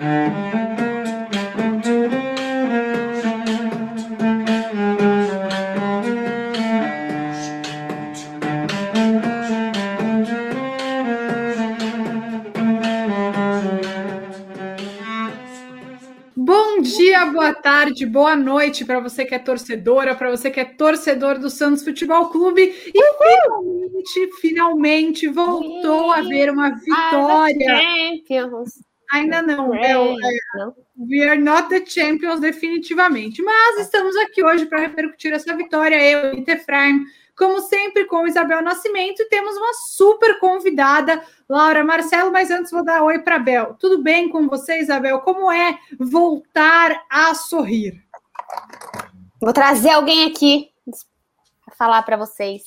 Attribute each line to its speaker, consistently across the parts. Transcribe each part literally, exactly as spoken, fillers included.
Speaker 1: Bom dia, boa tarde, boa noite para você que é torcedora, para você que é torcedor do Santos Futebol Clube. E finalmente, finalmente voltou a haver uma vitória. Ainda não, Bel. É, we are not the champions, definitivamente. Mas estamos aqui hoje para repercutir essa vitória. Eu e Efraim, como sempre, com Isabel Nascimento, e temos uma super convidada, Laura Marcelo, mas antes vou dar oi para a Bel. Tudo bem com você, Isabel? Como é voltar a sorrir?
Speaker 2: Vou trazer alguém aqui para falar para vocês.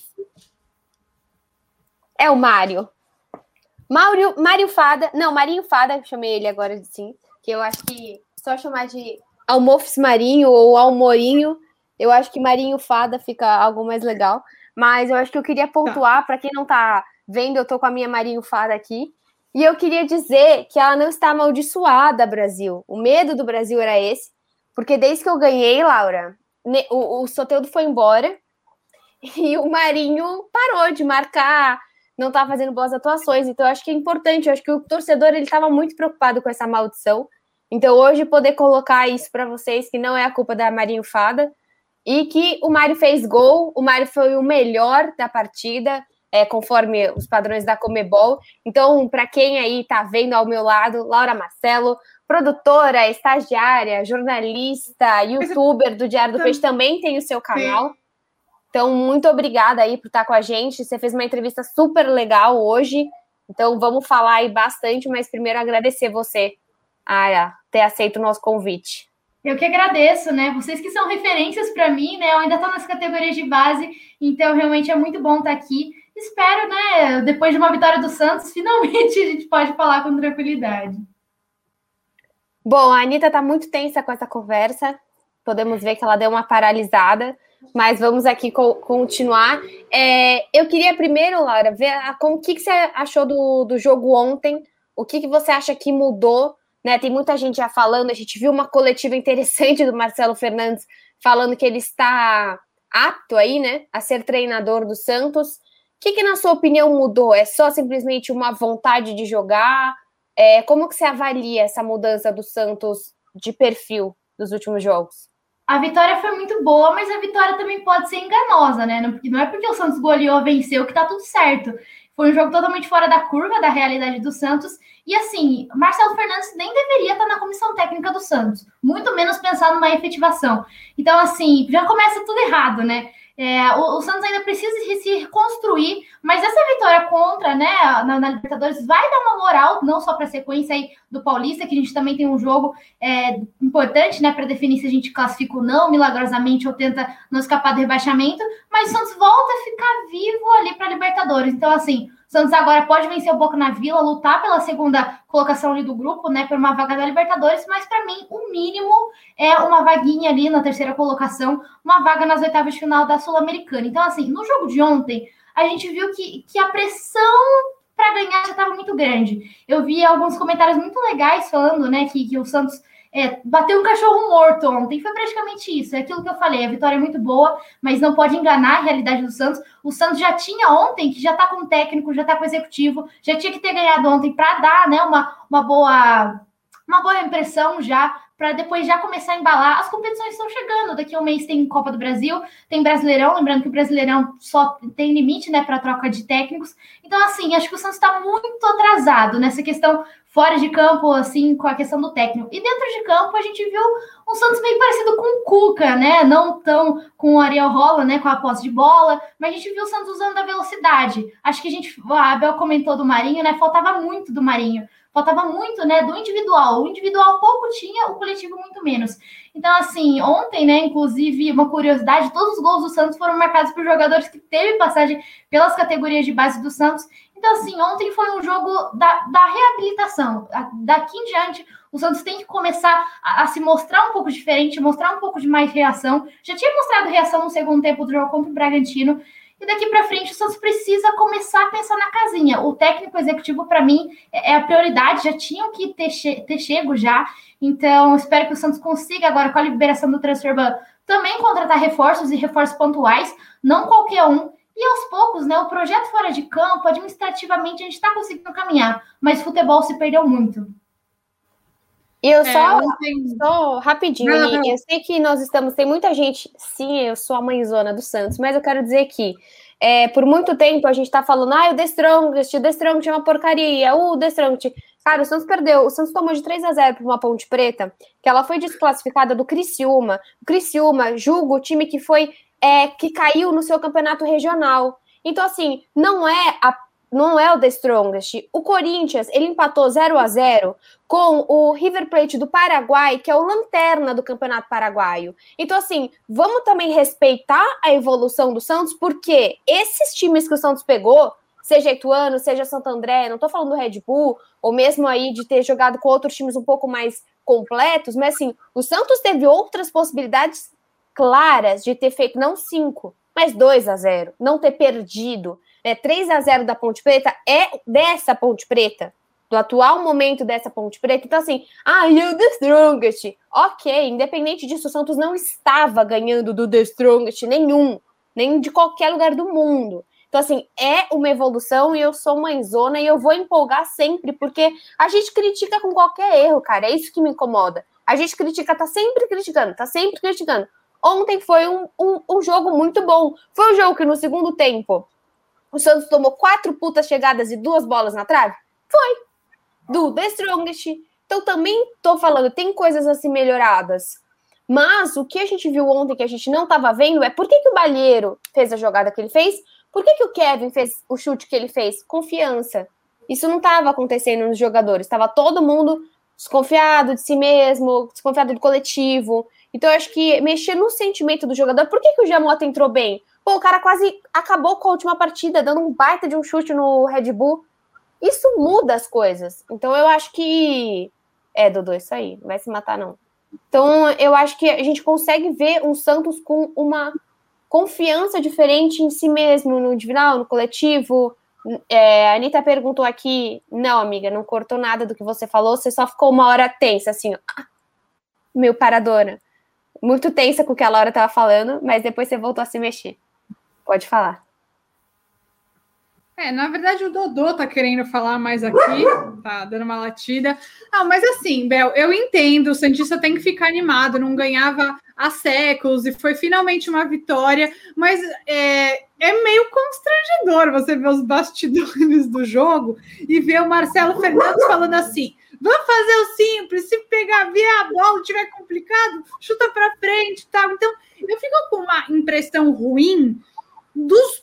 Speaker 2: É o Mário. Mário, Mário Fada. Não, Marinho Fada, chamei ele agora assim, que eu acho que só chamar de Almofes Marinho ou Almorinho, eu acho que Marinho Fada fica algo mais legal. Mas eu acho que eu queria pontuar, tá. Para quem não tá vendo, eu tô com a minha Marinho Fada aqui, e eu queria dizer que ela não está amaldiçoada, Brasil. O medo do Brasil era esse, porque desde que eu ganhei, Laura, o, o Soteldo foi embora, e o Marinho parou de marcar, não tá fazendo boas atuações, então eu acho que é importante, eu acho que o torcedor, ele tava muito preocupado com essa maldição, então hoje poder colocar isso para vocês, que não é a culpa da Marinho Fada, e que o Mário fez gol, o Mário foi o melhor da partida, é, conforme os padrões da Conmebol. Então, para quem aí está vendo ao meu lado, Laura Marcelo, produtora, estagiária, jornalista, youtuber do Diário do Peixe, também tem o seu canal. Então, muito obrigada aí por estar com a gente. Você fez uma entrevista super legal hoje, então vamos falar aí bastante, mas primeiro agradecer você a ter aceito o nosso convite.
Speaker 3: Eu que agradeço, né? Vocês que são referências para mim, né? Eu ainda estou nas categorias de base, então realmente é muito bom estar aqui. Espero, né? Depois de uma vitória do Santos, finalmente a gente pode falar com tranquilidade.
Speaker 2: Bom, a Anitta está muito tensa com essa conversa. Podemos ver que ela deu uma paralisada, mas vamos aqui co- continuar. É, eu queria primeiro, Laura, ver a, como, o que, que você achou do, do jogo ontem, o que, que você acha que mudou. Né, tem muita gente já falando, a gente viu uma coletiva interessante do Marcelo Fernandes falando que ele está apto aí, né, a ser treinador do Santos. O que, que na sua opinião mudou? É só simplesmente uma vontade de jogar? É, como que você avalia essa mudança do Santos de perfil dos últimos jogos?
Speaker 3: A vitória foi muito boa, mas a vitória também pode ser enganosa, né? Não, não é porque o Santos goleou, venceu, que tá tudo certo. Foi um jogo totalmente fora da curva, da realidade do Santos. E assim, Marcelo Fernandes nem deveria estar na comissão técnica do Santos, muito menos pensar numa efetivação. Então, assim, já começa tudo errado, né? É, o, o Santos ainda precisa se reconstruir, mas essa vitória contra, né, na, na Libertadores vai dar uma moral, não só para a sequência aí do Paulista, que a gente também tem um jogo é, importante, né, para definir se a gente classifica ou não, milagrosamente, ou tenta não escapar do rebaixamento, mas o Santos volta a ficar vivo ali para a Libertadores. Então, assim, o Santos agora pode vencer o Boca na Vila, lutar pela segunda colocação ali do grupo, né, por uma vaga da Libertadores, mas para mim o mínimo é uma vaguinha ali na terceira colocação, uma vaga nas oitavas de final da Sul-Americana. Então, assim, no jogo de ontem, a gente viu que, que a pressão para ganhar já estava muito grande. Eu vi alguns comentários muito legais falando, né, que, que o Santos é, bateu um cachorro morto ontem. Foi praticamente isso. É aquilo que eu falei. A vitória é muito boa, mas não pode enganar a realidade do Santos. O Santos já tinha ontem, que já está com o técnico, já está com o executivo, já tinha que ter ganhado ontem para dar, né, uma, uma, boa, uma boa impressão já, para depois já começar a embalar. As competições estão chegando. Daqui a um mês tem Copa do Brasil, tem Brasileirão. Lembrando que o Brasileirão só tem limite, né, para troca de técnicos. Então, assim, acho que o Santos está muito atrasado nessa questão fora de campo, assim, com a questão do técnico. E dentro de campo, a gente viu um Santos meio parecido com o Cuca, né? Não tão com o Ariel Holland, né, com a posse de bola, mas a gente viu o Santos usando a velocidade. Acho que a gente, a Abel comentou do Marinho, né? Faltava muito do Marinho. Faltava muito, né, do individual. O individual pouco tinha, o coletivo muito menos. Então, assim, ontem, né, inclusive, uma curiosidade, todos os gols do Santos foram marcados por jogadores que teve passagem pelas categorias de base do Santos. Então, assim, ontem foi um jogo da, da reabilitação. Daqui em diante, o Santos tem que começar a, a se mostrar um pouco diferente, mostrar um pouco de mais reação. Já tinha mostrado reação no segundo tempo do jogo contra o Bragantino. E daqui para frente o Santos precisa começar a pensar na casinha. O técnico executivo, para mim, é a prioridade. Já tinham que ter, che ter chego já. Então, espero que o Santos consiga agora, com a liberação do transfer ban, também contratar reforços e reforços pontuais, não qualquer um. E aos poucos, né, o projeto fora de campo, administrativamente, a gente está conseguindo caminhar. Mas futebol se perdeu muito.
Speaker 2: E eu só, é, ontem... só rapidinho, não, não. Eu sei que nós estamos, tem muita gente, sim, eu sou a mãezona do Santos, mas eu quero dizer que é, por muito tempo a gente tá falando, ah, o The Strongest, o The Strongest é uma porcaria, o The Strongest. Cara, o Santos perdeu, o Santos tomou de três a zero para uma Ponte Preta, que ela foi desclassificada do Criciúma. O Criciúma, julgo, o time que foi, é, que caiu no seu campeonato regional. Então, assim, não é a Não é o The Strongest. O Corinthians, ele empatou zero a zero com o River Plate do Paraguai, que é o lanterna do Campeonato Paraguaio. Então, assim, vamos também respeitar a evolução do Santos, porque esses times que o Santos pegou, seja Ituano, seja Santo André, não tô falando do Red Bull, ou mesmo aí de ter jogado com outros times um pouco mais completos, mas, assim, o Santos teve outras possibilidades claras de ter feito, não cinco, mas dois a zero, não ter perdido. É, três a zero da Ponte Preta é dessa Ponte Preta, do atual momento dessa Ponte Preta. Então, assim, ah, e o The Strongest. Ok, independente disso, o Santos não estava ganhando do The Strongest nenhum, nem de qualquer lugar do mundo. Então, assim, é uma evolução e eu sou mãezona e eu vou empolgar sempre, porque a gente critica com qualquer erro, cara. É isso que me incomoda. A gente critica, tá sempre criticando, tá sempre criticando. Ontem foi um, um, um jogo muito bom. Foi um jogo que no segundo tempo o Santos tomou quatro putas chegadas e duas bolas na trave? Foi. Do The Strongest. Então, também tô falando, tem coisas assim melhoradas. Mas o que a gente viu ontem que a gente não estava vendo é por que, que o Balheiro fez a jogada que ele fez, por que, que o Kevin fez o chute que ele fez? Confiança. Isso não estava acontecendo nos jogadores. Estava todo mundo desconfiado de si mesmo, desconfiado do coletivo. Então, eu acho que mexer no sentimento do jogador. Por que, que o Giamota entrou bem? Pô, o cara quase acabou com a última partida, dando um baita de um chute no Red Bull. Isso muda as coisas. Então, eu acho que... É, Dodô, isso aí. Não vai se matar, não. Então, eu acho que a gente consegue ver um Santos com uma confiança diferente em si mesmo, no individual, no coletivo. É, a Anitta perguntou aqui... Não, amiga, não cortou nada do que você falou. Você só ficou uma hora tensa, assim, ó. Meu paradora. Muito tensa com o que a Laura estava falando, mas depois você voltou a se mexer. Pode falar.
Speaker 1: É, na verdade o Dodô tá querendo falar mais aqui, tá dando uma latida. Ah, mas assim, Bel, eu entendo, o Santista tem que ficar animado, não ganhava há séculos e foi finalmente uma vitória, mas é, é meio constrangedor você ver os bastidores do jogo e ver o Marcelo Fernandes falando assim: vamos fazer o simples, se pegar, ver a bola, tiver complicado, chuta para frente, tá? Então, eu fico com uma impressão ruim dos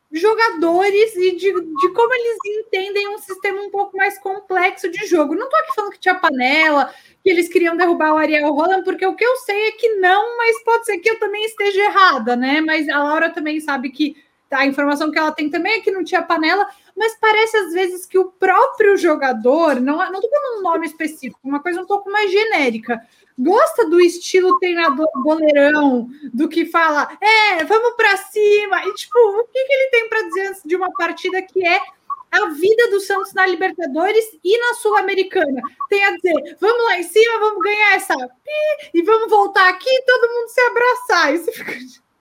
Speaker 1: jogadores e de, de como eles entendem um sistema um pouco mais complexo de jogo. Não tô aqui falando que tinha panela, que eles queriam derrubar o Ariel Holland, porque o que eu sei é que não, mas pode ser que eu também esteja errada, né? Mas a Laura também sabe que a informação que ela tem também é que não tinha panela, mas parece às vezes que o próprio jogador, não, não tô falando um nome específico, uma coisa um pouco mais genérica, gosta do estilo treinador boleirão, do que fala, é, vamos para cima, e tipo, o que, que ele tem para dizer antes de uma partida que é a vida do Santos na Libertadores e na Sul-Americana? Tem a dizer, vamos lá em cima, vamos ganhar essa pi, e vamos voltar aqui e todo mundo se abraçar. Isso fica...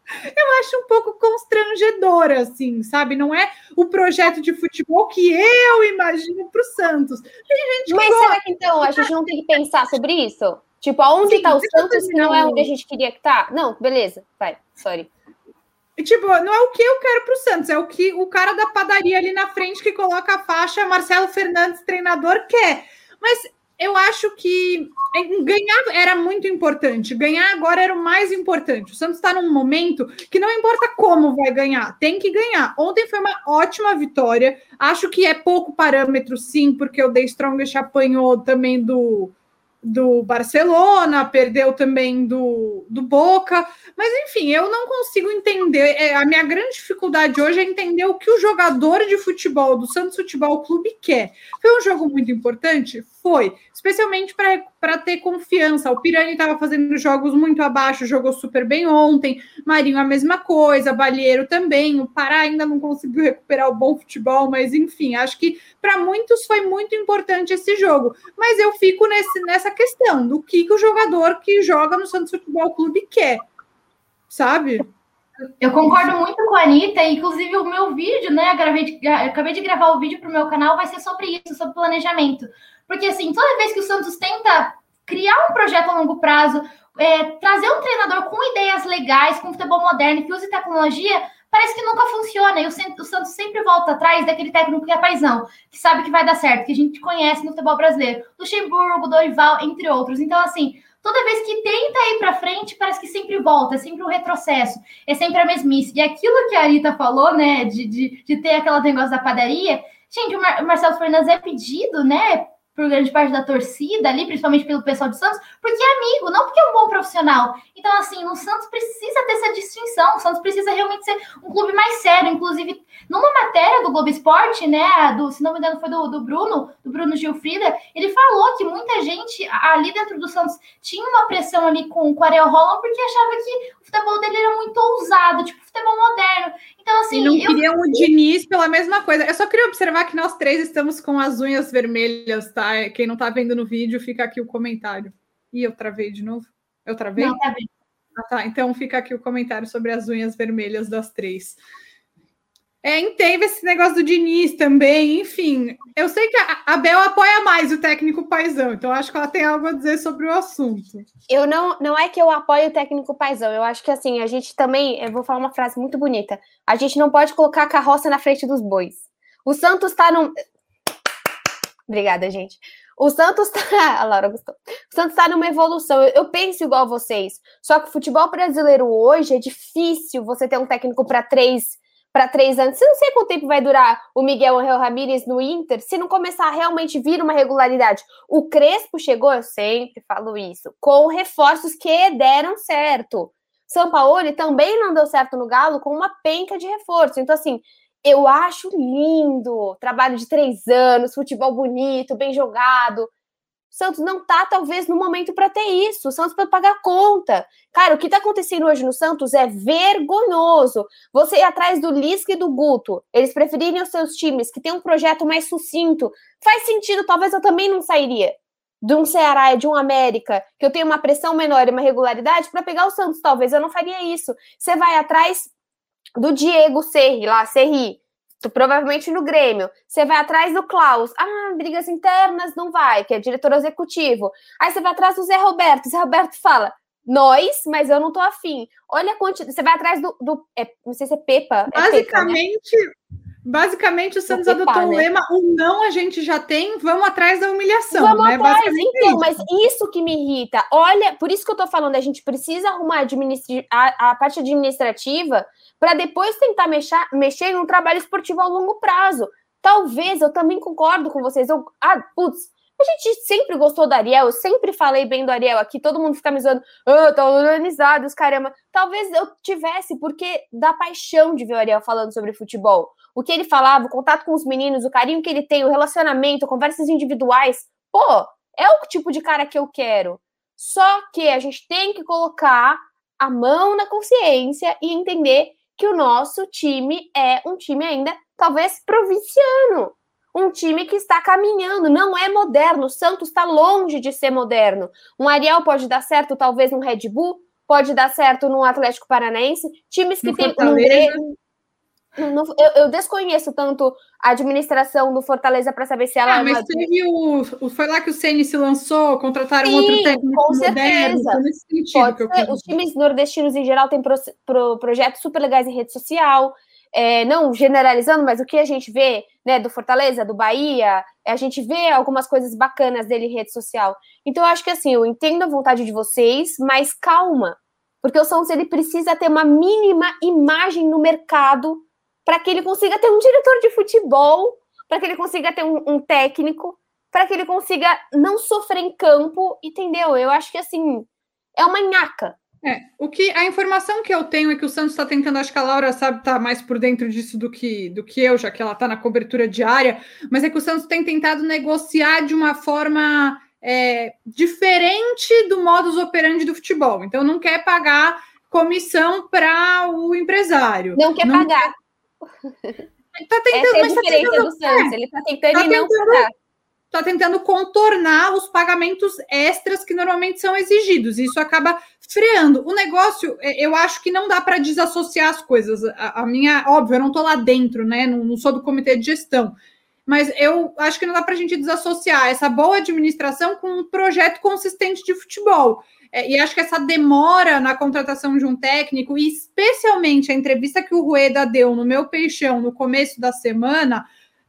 Speaker 1: Eu acho um pouco constrangedor, assim, sabe? Não é o projeto de futebol que eu imagino para o Santos. Tem gente
Speaker 2: Mas gosta. Será que então a gente não tem que pensar sobre isso? Tipo, aonde está o Santos que não é onde a gente queria que tá? Não, beleza, vai, sorry.
Speaker 1: Tipo, não é o que eu quero pro Santos, é o que o cara da padaria ali na frente que coloca a faixa, Marcelo Fernandes, treinador, quer. Mas eu acho que ganhar era muito importante. Ganhar agora era o mais importante. O Santos está num momento que não importa como vai ganhar, tem que ganhar. Ontem foi uma ótima vitória. Acho que é pouco parâmetro, sim, porque o The Strongest apanhou também do... do Barcelona, perdeu também do, do Boca, mas enfim, eu não consigo entender, é, a minha grande dificuldade hoje é entender o que o jogador de futebol do Santos Futebol Clube quer. Foi um jogo muito importante? Foi, especialmente para ter confiança. O Pirani estava fazendo jogos muito abaixo, jogou super bem ontem, Marinho a mesma coisa, Balieiro também, o Pará ainda não conseguiu recuperar o bom futebol, mas enfim, acho que para muitos foi muito importante esse jogo, mas eu fico nesse, nessa questão do que, que o jogador que joga no Santos Futebol Clube quer, sabe?
Speaker 3: Eu concordo muito com a Anitta, inclusive o meu vídeo, né, eu gravei de, eu acabei de gravar o vídeo para o meu canal, vai ser sobre isso, sobre planejamento. Porque, assim, toda vez que o Santos tenta criar um projeto a longo prazo, é, trazer um treinador com ideias legais, com futebol moderno, que use tecnologia, parece que nunca funciona. E o, o Santos sempre volta atrás daquele técnico que é paizão, que sabe que vai dar certo, que a gente conhece no futebol brasileiro. Luxemburgo, Dorival, entre outros. Então, assim, toda vez que tenta ir para frente, parece que sempre volta, é sempre um retrocesso, é sempre a mesmice. E aquilo que a Arita falou, né, de, de, de ter aquele negócio da padaria, gente, o, Mar, o Marcelo Fernandes é pedido, né, por grande parte da torcida ali, principalmente pelo pessoal de Santos, porque é amigo, não porque é um bom profissional. Então, assim, o Santos precisa ter essa distinção, o Santos precisa realmente ser um clube mais sério. Inclusive, numa matéria do Globo Esporte, né, do, se não me engano foi do, do Bruno, do Bruno Gilfrida, ele falou que muita gente ali dentro do Santos tinha uma pressão ali com, com o Ariel Holland, porque achava que o futebol dele era muito ousado, tipo futebol moderno. Então, assim...
Speaker 1: E não queriam eu... o Diniz pela mesma coisa. Eu só queria observar que nós três estamos com as unhas vermelhas, tá? Quem não tá vendo no vídeo, fica aqui o comentário. Ih, eu travei de novo? Eu travei?
Speaker 3: Não, tá bem.
Speaker 1: Ah, tá. Então fica aqui o comentário sobre as unhas vermelhas das três. É, teve esse negócio do Diniz também, enfim. Eu sei que a Abel apoia mais o técnico paizão, então acho que ela tem algo a dizer sobre o assunto.
Speaker 2: Eu não, não é que eu apoio o técnico paizão, eu acho que assim, a gente também, eu vou falar uma frase muito bonita, a gente não pode colocar a carroça na frente dos bois. O Santos tá num... Obrigada, gente. O Santos tá... A Laura gostou. O Santos tá numa evolução. Eu, eu penso igual vocês, só que o futebol brasileiro hoje é difícil você ter um técnico para três... para três anos. Eu não sei quanto tempo vai durar o Miguel Ángel Ramírez no Inter, se não começar a realmente vir uma regularidade. O Crespo chegou, eu sempre falo isso, com reforços que deram certo. Sampaoli também não deu certo no Galo com uma penca de reforço. Então, assim, eu acho lindo. Trabalho de três anos, futebol bonito, bem jogado. O Santos não tá, talvez, no momento para ter isso. O Santos pode pagar conta. Cara, o que tá acontecendo hoje no Santos é vergonhoso. Você ir atrás do Lisca e do Guto, eles preferirem os seus times que tem um projeto mais sucinto. Faz sentido, talvez eu também não sairia de um Ceará e de um América, que eu tenho uma pressão menor e uma regularidade, para pegar o Santos. Talvez eu não faria isso. Você vai atrás do Diego Serri, lá, Serri, provavelmente no Grêmio. Você vai atrás do Klaus. Ah, brigas internas, não vai, que é diretor executivo. Aí você vai atrás do Zé Roberto. Zé Roberto fala, nós, mas eu não tô afim. Olha a quantidade. Você vai atrás do... do é, não sei se é Pepa.
Speaker 1: Basicamente,
Speaker 2: é Pepa, né?
Speaker 1: basicamente o Santos
Speaker 2: Pepa,
Speaker 1: adotou o
Speaker 2: né?
Speaker 1: lema, o não a gente já tem, vamos atrás da humilhação.
Speaker 2: Vamos
Speaker 1: né?
Speaker 2: atrás, então,
Speaker 1: isso.
Speaker 2: mas isso que me irrita. Olha, por isso que eu tô falando, a gente precisa arrumar administri- a, a parte administrativa para depois tentar mexer, mexer em um trabalho esportivo a longo prazo. Talvez, eu também concordo com vocês. Eu, ah, putz, a gente sempre gostou do Ariel, eu sempre falei bem do Ariel aqui, todo mundo fica me zoando, ah, tá organizado, os caramba. Talvez eu tivesse, porque dá paixão de ver o Ariel falando sobre futebol. O que ele falava, o contato com os meninos, o carinho que ele tem, o relacionamento, conversas individuais. Pô, é o tipo de cara que eu quero. Só que a gente tem que colocar a mão na consciência e entender que o nosso time é um time ainda, talvez, provinciano. Um time que está caminhando, não é moderno. O Santos está longe de ser moderno. Um Ariel pode dar certo, talvez, num Red Bull, pode dar certo num Atlético Paranaense. Times que
Speaker 1: No
Speaker 2: tem...
Speaker 1: Fortaleza.
Speaker 2: Um, no, eu, eu desconheço tanto a administração do Fortaleza para saber se ela...
Speaker 1: Ah,
Speaker 2: é
Speaker 1: mas
Speaker 2: uma...
Speaker 1: teve o, o... Foi lá que o Ceni se lançou, contrataram
Speaker 2: Sim,
Speaker 1: outro técnico
Speaker 2: com
Speaker 1: moderno.
Speaker 2: certeza.
Speaker 1: Nesse sentido
Speaker 2: Pode
Speaker 1: que eu
Speaker 2: ser.
Speaker 1: quis.
Speaker 2: Os times nordestinos, em geral, têm pro, pro, projetos super legais em rede social. É, não generalizando, mas o que a gente vê, né, do Fortaleza, do Bahia, a gente vê algumas coisas bacanas dele em rede social. Então, eu acho que, assim, eu entendo a vontade de vocês, mas calma. Porque o Santos, ele precisa ter uma mínima imagem no mercado para que ele consiga ter um diretor de futebol, para que ele consiga ter um, um técnico, para que ele consiga não sofrer em campo, entendeu? Eu acho que, assim, é uma nhaca.
Speaker 1: É, o que, a informação que eu tenho é que o Santos está tentando, acho que a Laura sabe estar tá mais por dentro disso do que, do que eu, já que ela está na cobertura diária, mas é que o Santos tem tentado negociar de uma forma é, diferente do modus operandi do futebol. Então, não quer pagar comissão para o empresário.
Speaker 2: Não quer não pagar.
Speaker 1: Tá tentando,
Speaker 2: Essa é a
Speaker 1: mas
Speaker 2: diferença tá tentando, do Santos, é, ele está tentando tá e não tentando, pagar.
Speaker 1: Está tentando contornar os pagamentos extras que normalmente são exigidos. E isso acaba freando. O negócio, eu acho que não dá para desassociar as coisas. A, a minha, óbvio, eu não estou lá dentro, né? Não, não sou do comitê de gestão. Mas eu acho que não dá para a gente desassociar essa boa administração com um projeto consistente de futebol. É, e acho que essa demora na contratação de um técnico, e especialmente a entrevista que o Rueda deu no Meu Peixão no começo da semana,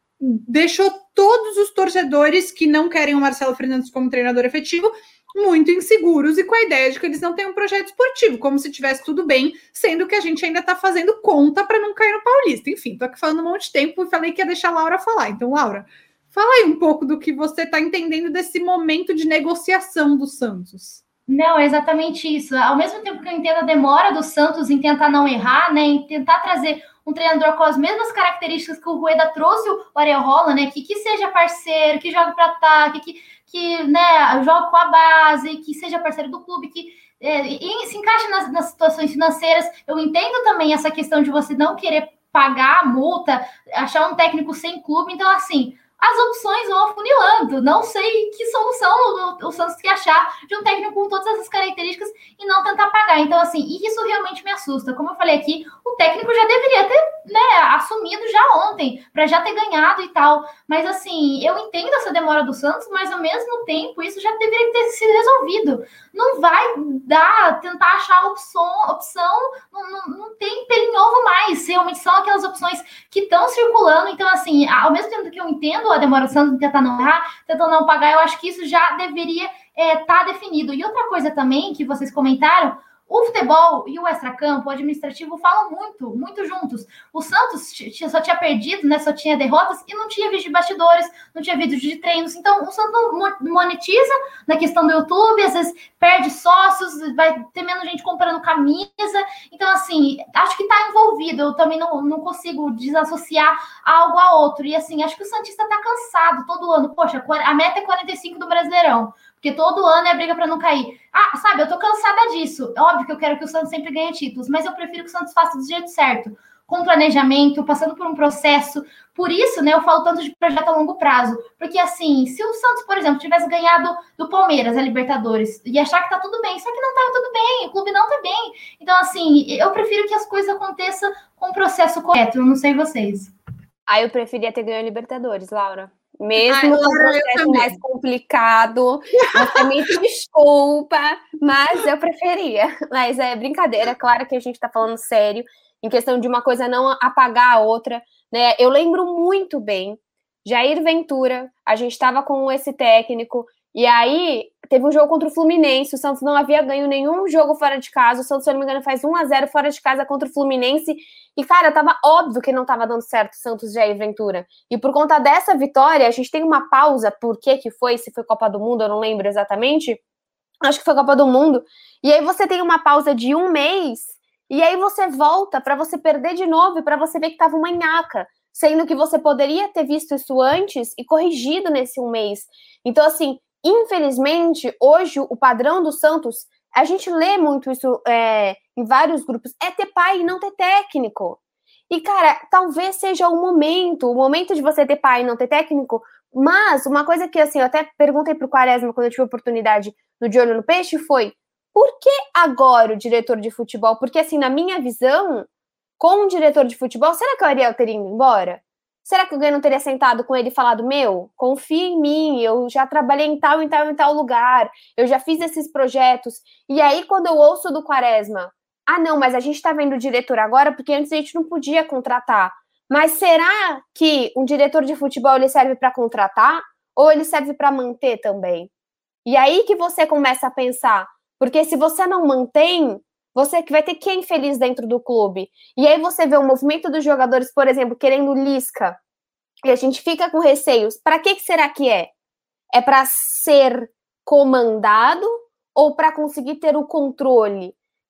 Speaker 1: deixou todos os torcedores que não querem o Marcelo Fernandes como treinador efetivo muito inseguros e com a ideia de que eles não têm um projeto esportivo, como se tivesse tudo bem, sendo que a gente ainda está fazendo conta para não cair no Paulista. Enfim, tô aqui falando um monte de tempo e falei que ia deixar a Laura falar. Então, Laura, fala aí um pouco do que você está entendendo desse momento de negociação do Santos.
Speaker 3: Não, é exatamente isso. Ao mesmo tempo que eu entendo a demora do Santos em tentar não errar, né, em tentar trazer um treinador com as mesmas características que o Rueda trouxe o Ariel Holland, né, que, que seja parceiro, que jogue para ataque, que, que né, jogue com a base, que seja parceiro do clube, que é, e se encaixe nas, nas situações financeiras. Eu entendo também essa questão de você não querer pagar a multa, achar um técnico sem clube. Então, assim, as opções vão afunilando. Não sei que solução o, o Santos quer achar de um técnico com todas essas características e não tentar pagar. Então, assim, isso realmente me assusta. Como eu falei aqui, o técnico já deveria ter, né, assumido já ontem, para já ter ganhado e tal. Mas, assim, eu entendo essa demora do Santos, mas, ao mesmo tempo, isso já deveria ter sido resolvido. Não vai dar, tentar achar opção, opção não, não, não tem pelo em ovo mais. Realmente são aquelas opções que estão circulando. Então, assim, ao mesmo tempo que eu entendo a demora do Santos tentar não errar, tentar não pagar, eu acho que isso já deveria estar é, tá definido. E outra coisa também que vocês comentaram, o futebol e o extracampo, o administrativo, falam muito, muito juntos. O Santos só tinha perdido, né, só tinha derrotas e não tinha vídeo de bastidores, não tinha vídeo de treinos. Então, o Santos não monetiza na questão do YouTube, às vezes perde sócios, vai ter menos gente comprando camisa. Então, assim, acho que está envolvido. Eu também não, não consigo desassociar algo a outro. E, assim, acho que o Santista está cansado todo ano. Poxa, a meta é quarenta e cinco do Brasileirão. Porque todo ano é briga para não cair. Ah, sabe, eu tô cansada disso. Óbvio que eu quero que o Santos sempre ganhe títulos, mas eu prefiro que o Santos faça do jeito certo. Com planejamento, passando por um processo. Por isso, né, eu falo tanto de projeto a longo prazo. Porque, assim, se o Santos, por exemplo, tivesse ganhado do Palmeiras, a Libertadores, e achar que tá tudo bem, só que não tá tudo bem, o clube não tá bem. Então, assim, eu prefiro que as coisas aconteçam com o processo correto. Eu não sei vocês.
Speaker 2: Ah, eu preferia ter ganho a Libertadores, Laura. Mesmo com o processo mais complicado, você me desculpa, mas eu preferia. Mas é brincadeira, claro que a gente tá falando sério, em questão de uma coisa não apagar a outra, né? Eu lembro muito bem, Jair Ventura, a gente estava com esse técnico, e aí teve um jogo contra o Fluminense, o Santos não havia ganho nenhum jogo fora de casa, o Santos, se eu não me engano, faz um a zero fora de casa contra o Fluminense, e, cara, tava óbvio que não tava dando certo o Santos de Jair Ventura, e por conta dessa vitória, a gente tem uma pausa, por que que foi, se foi Copa do Mundo, eu não lembro exatamente, acho que foi Copa do Mundo, e aí você tem uma pausa de um mês, e aí você volta para você perder de novo, e para você ver que tava uma nhaca, sendo que você poderia ter visto isso antes e corrigido nesse um mês. Então, assim, infelizmente, hoje o padrão do Santos, a gente lê muito isso é, em vários grupos, é ter pai e não ter técnico. E, cara, talvez seja o momento, o momento de você ter pai e não ter técnico, mas uma coisa que, assim, eu até perguntei pro Quaresma quando eu tive a oportunidade no De Olho no Peixe foi, por que agora o diretor de futebol? Porque, assim, na minha visão, com um diretor de futebol, será que o Ariel teria ido embora? Será que alguém não teria sentado com ele e falado, meu, confia em mim, eu já trabalhei em tal, em tal, em tal lugar, eu já fiz esses projetos. E aí, quando eu ouço do Quaresma, ah, não, mas a gente tá vendo o diretor agora porque antes a gente não podia contratar. Mas será que um diretor de futebol ele serve para contratar ou ele serve para manter também? E aí que você começa a pensar, porque se você não mantém, você que vai ter quem feliz dentro do clube. E aí você vê o movimento dos jogadores, por exemplo, querendo Lisca, e a gente fica com receios. Para que, que será que é? É para ser comandado ou para conseguir ter o controle?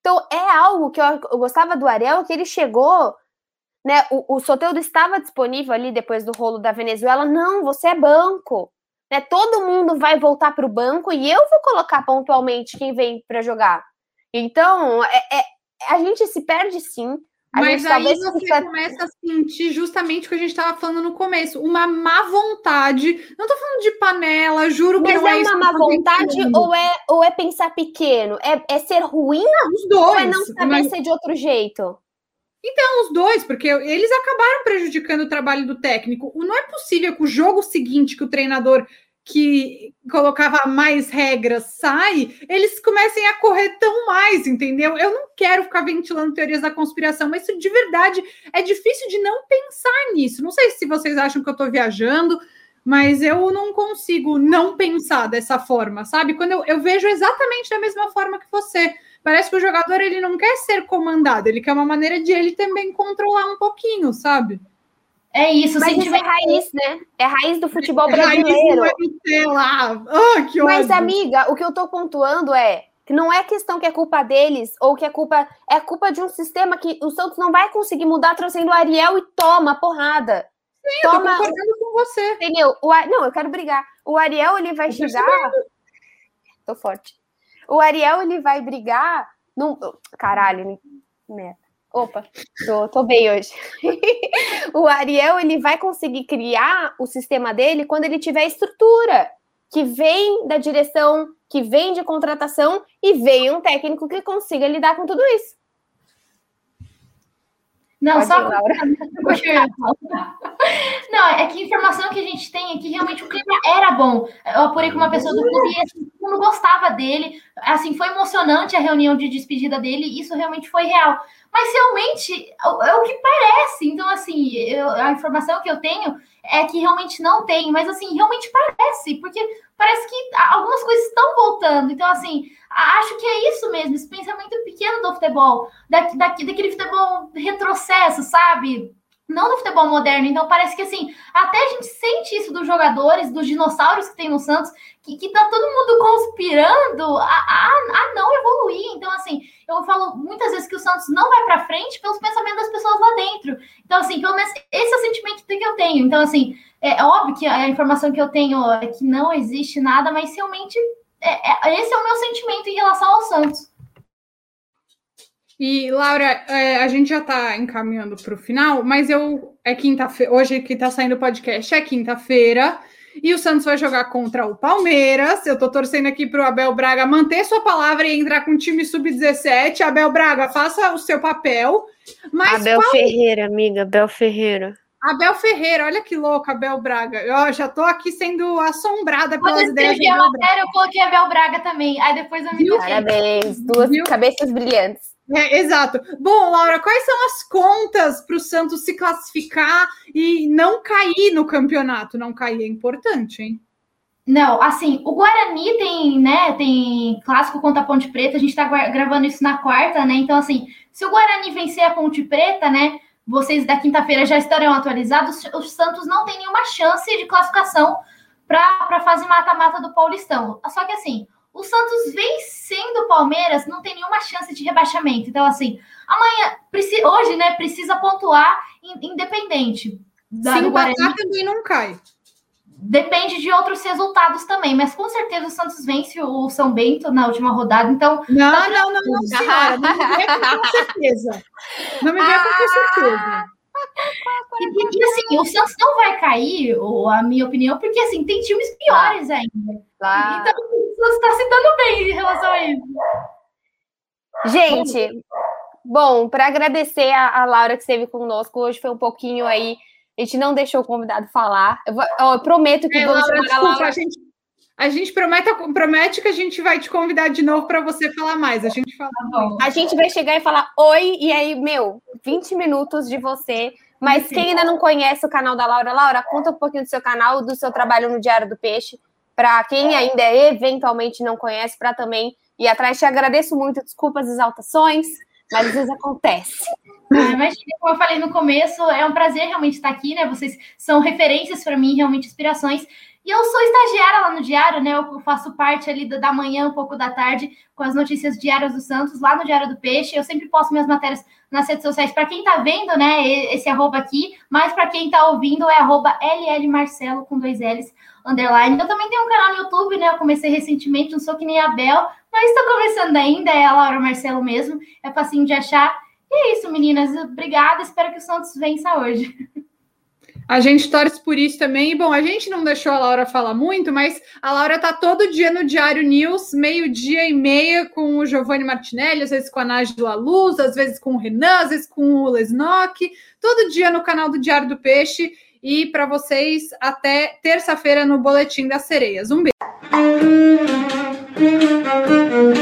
Speaker 2: Então, é algo que eu, eu gostava do Ariel, que ele chegou, né? O, o Soteldo estava disponível ali depois do rolo da Venezuela. Não, você é banco. Né? Todo mundo vai voltar para o banco e eu vou colocar pontualmente quem vem para jogar. Então, é, é, a gente se perde sim. A
Speaker 1: Mas
Speaker 2: gente,
Speaker 1: aí
Speaker 2: talvez,
Speaker 1: você
Speaker 2: fica...
Speaker 1: começa a sentir justamente o que a gente estava falando no começo, uma má vontade. Não tô falando de panela, juro que
Speaker 2: Mas
Speaker 1: não é,
Speaker 2: é
Speaker 1: isso.
Speaker 2: uma má vontade ou é, ou é pensar pequeno? É, é ser ruim
Speaker 1: não, os dois,
Speaker 2: ou é não saber
Speaker 1: mas...
Speaker 2: ser de outro jeito?
Speaker 1: Então, os dois, porque eles acabaram prejudicando o trabalho do técnico. Não é possível que o jogo seguinte que o treinador que colocava mais regras sai, eles comecem a correr tão mais, entendeu? Eu não quero ficar ventilando teorias da conspiração, mas isso de verdade é difícil de não pensar nisso. Não sei se vocês acham que eu tô viajando, mas eu não consigo não pensar dessa forma, sabe? Quando eu, eu vejo exatamente da mesma forma que você. Parece que o jogador ele não quer ser comandado, ele quer uma maneira de ele também controlar um pouquinho, sabe?
Speaker 3: É isso,
Speaker 2: mas
Speaker 3: sentimento...
Speaker 2: isso é raiz, né? É raiz do futebol
Speaker 1: é
Speaker 2: brasileiro.
Speaker 1: Raiz não é lá. Oh, que
Speaker 2: mas,
Speaker 1: ódio.
Speaker 2: amiga, o que eu tô pontuando é que não é questão que é culpa deles ou que é culpa é culpa de um sistema que o Santos não vai conseguir mudar trouxendo o Ariel e toma porrada.
Speaker 1: Sim,
Speaker 2: toma,
Speaker 1: eu tô concordando com você.
Speaker 2: Entendeu? O, não, eu quero brigar. O Ariel, ele vai eu chegar... Tô forte. O Ariel, ele vai brigar... Num... Caralho, merda. Opa, tô, tô bem hoje. O Ariel, ele vai conseguir criar o sistema dele quando ele tiver estrutura, que vem da direção, que vem de contratação e vem um técnico que consiga lidar com tudo isso.
Speaker 3: Não,
Speaker 2: Pode
Speaker 3: só...
Speaker 2: ir, Laura.
Speaker 3: Não, é que a informação que a gente tem é que realmente o clima era bom. Eu apurei com uma pessoa do clube e assim, todo mundo gostava dele. Assim, foi emocionante a reunião de despedida dele e isso realmente foi real. Mas realmente é o que parece. Então, assim, eu, a informação que eu tenho é que realmente não tem, mas assim, realmente parece, porque parece que algumas coisas estão voltando. Então, assim, acho que é isso mesmo, esse pensamento pequeno do futebol, da, da, daquele futebol retrocesso, sabe? Não do futebol moderno. Então, parece que, assim, até a gente sente isso dos jogadores, dos dinossauros que tem no Santos, que, que tá todo mundo conspirando a, a, a não evoluir. Então, assim, eu falo muitas vezes que o Santos não vai para frente pelos pensamentos das pessoas lá dentro. Então, assim, pelo menos esse é o sentimento que eu tenho. Então, assim, é óbvio que a informação que eu tenho é que não existe nada, mas realmente é, é, esse é o meu sentimento em relação ao Santos.
Speaker 1: E, Laura, é, a gente já está encaminhando para o final, mas eu é quinta-feira, hoje que está saindo o podcast é quinta-feira, e o Santos vai jogar contra o Palmeiras. Eu estou torcendo aqui para o Abel Braga manter sua palavra e entrar com o time sub dezessete. Abel Braga, faça o seu papel. Mas
Speaker 2: Abel
Speaker 1: qual...
Speaker 2: Ferreira, amiga, Abel Ferreira.
Speaker 1: Abel Ferreira, olha que louco, Abel Braga. Eu já estou aqui sendo assombrada
Speaker 3: pelas
Speaker 1: Quando
Speaker 3: ideias de Abel Braga. Eu coloquei Abel Braga também, aí depois eu me toquei.
Speaker 2: Parabéns, duas Viu? cabeças brilhantes.
Speaker 1: É, exato. Bom, Laura, quais são as contas para o Santos se classificar e não cair no campeonato? Não cair é importante, hein?
Speaker 3: Não, assim, o Guarani tem, né, tem clássico contra a Ponte Preta, a gente tá gravando isso na quarta, né? Então, assim, se o Guarani vencer a Ponte Preta, né, vocês da quinta-feira já estarão atualizados, o Santos não tem nenhuma chance de classificação para a fase mata-mata do Paulistão. Só que, assim, o Santos vencendo o Palmeiras não tem nenhuma chance de rebaixamento. Então, assim, amanhã, hoje, né, precisa pontuar independente.
Speaker 1: Da, Se empatar também não cai.
Speaker 3: Depende de outros resultados também, mas com certeza o Santos vence o São Bento na última rodada, então...
Speaker 1: Não, tá não, não, não, senhora, não me venha com certeza. Não me venha com certeza.
Speaker 3: E, e assim, o Santos não vai cair, ou, a minha opinião, porque assim, tem times piores ainda.
Speaker 2: Claro.
Speaker 3: Então, o Santos está se dando bem em relação a isso.
Speaker 2: Gente, bom, para agradecer a, a Laura que esteve conosco hoje, foi um pouquinho aí, a gente não deixou o convidado falar. Eu, vou, eu prometo que
Speaker 1: é,
Speaker 2: vamos
Speaker 1: Laura,
Speaker 2: chamar
Speaker 1: desculpa,
Speaker 2: a Laura.
Speaker 1: A gente, a gente promete, promete que a gente vai te convidar de novo para você falar mais. A gente fala
Speaker 3: bom.
Speaker 2: A gente vai chegar e falar oi, e aí, meu, vinte minutos de você. Mas quem ainda não conhece o canal da Laura, Laura, conta um pouquinho do seu canal, do seu trabalho no Diário do Peixe, para quem ainda eventualmente não conhece, para também ir atrás. Te agradeço muito, desculpa as exaltações, mas às vezes acontece.
Speaker 3: Ah, mas, como eu falei no começo, é um prazer realmente estar aqui, né? Vocês são referências para mim, realmente inspirações. E eu sou estagiária lá no Diário, né? Eu faço parte ali da manhã, um pouco da tarde, com as notícias diárias do Santos, lá no Diário do Peixe. Eu sempre posto minhas matérias nas redes sociais. Para quem tá vendo, né, esse arroba aqui, mas para quem tá ouvindo é arroba llmarcelo com dois L's, underline. Eu também tenho um canal no YouTube, né? Eu comecei recentemente, não sou que nem a Bel, mas estou começando ainda, é a Laura Marcelo mesmo. É facinho de achar. E é isso, meninas. Obrigada. Espero que o Santos vença hoje.
Speaker 1: A gente torce por isso também. E, bom, a gente não deixou a Laura falar muito, mas a Laura tá todo dia no Diário News, meio-dia e meia, com o Giovanni Martinelli, às vezes com a Nájila Luz, às vezes com o Renan, às vezes com o Lesnock, todo dia no canal do Diário do Peixe. E para vocês, até terça-feira no Boletim das Sereias. Um beijo.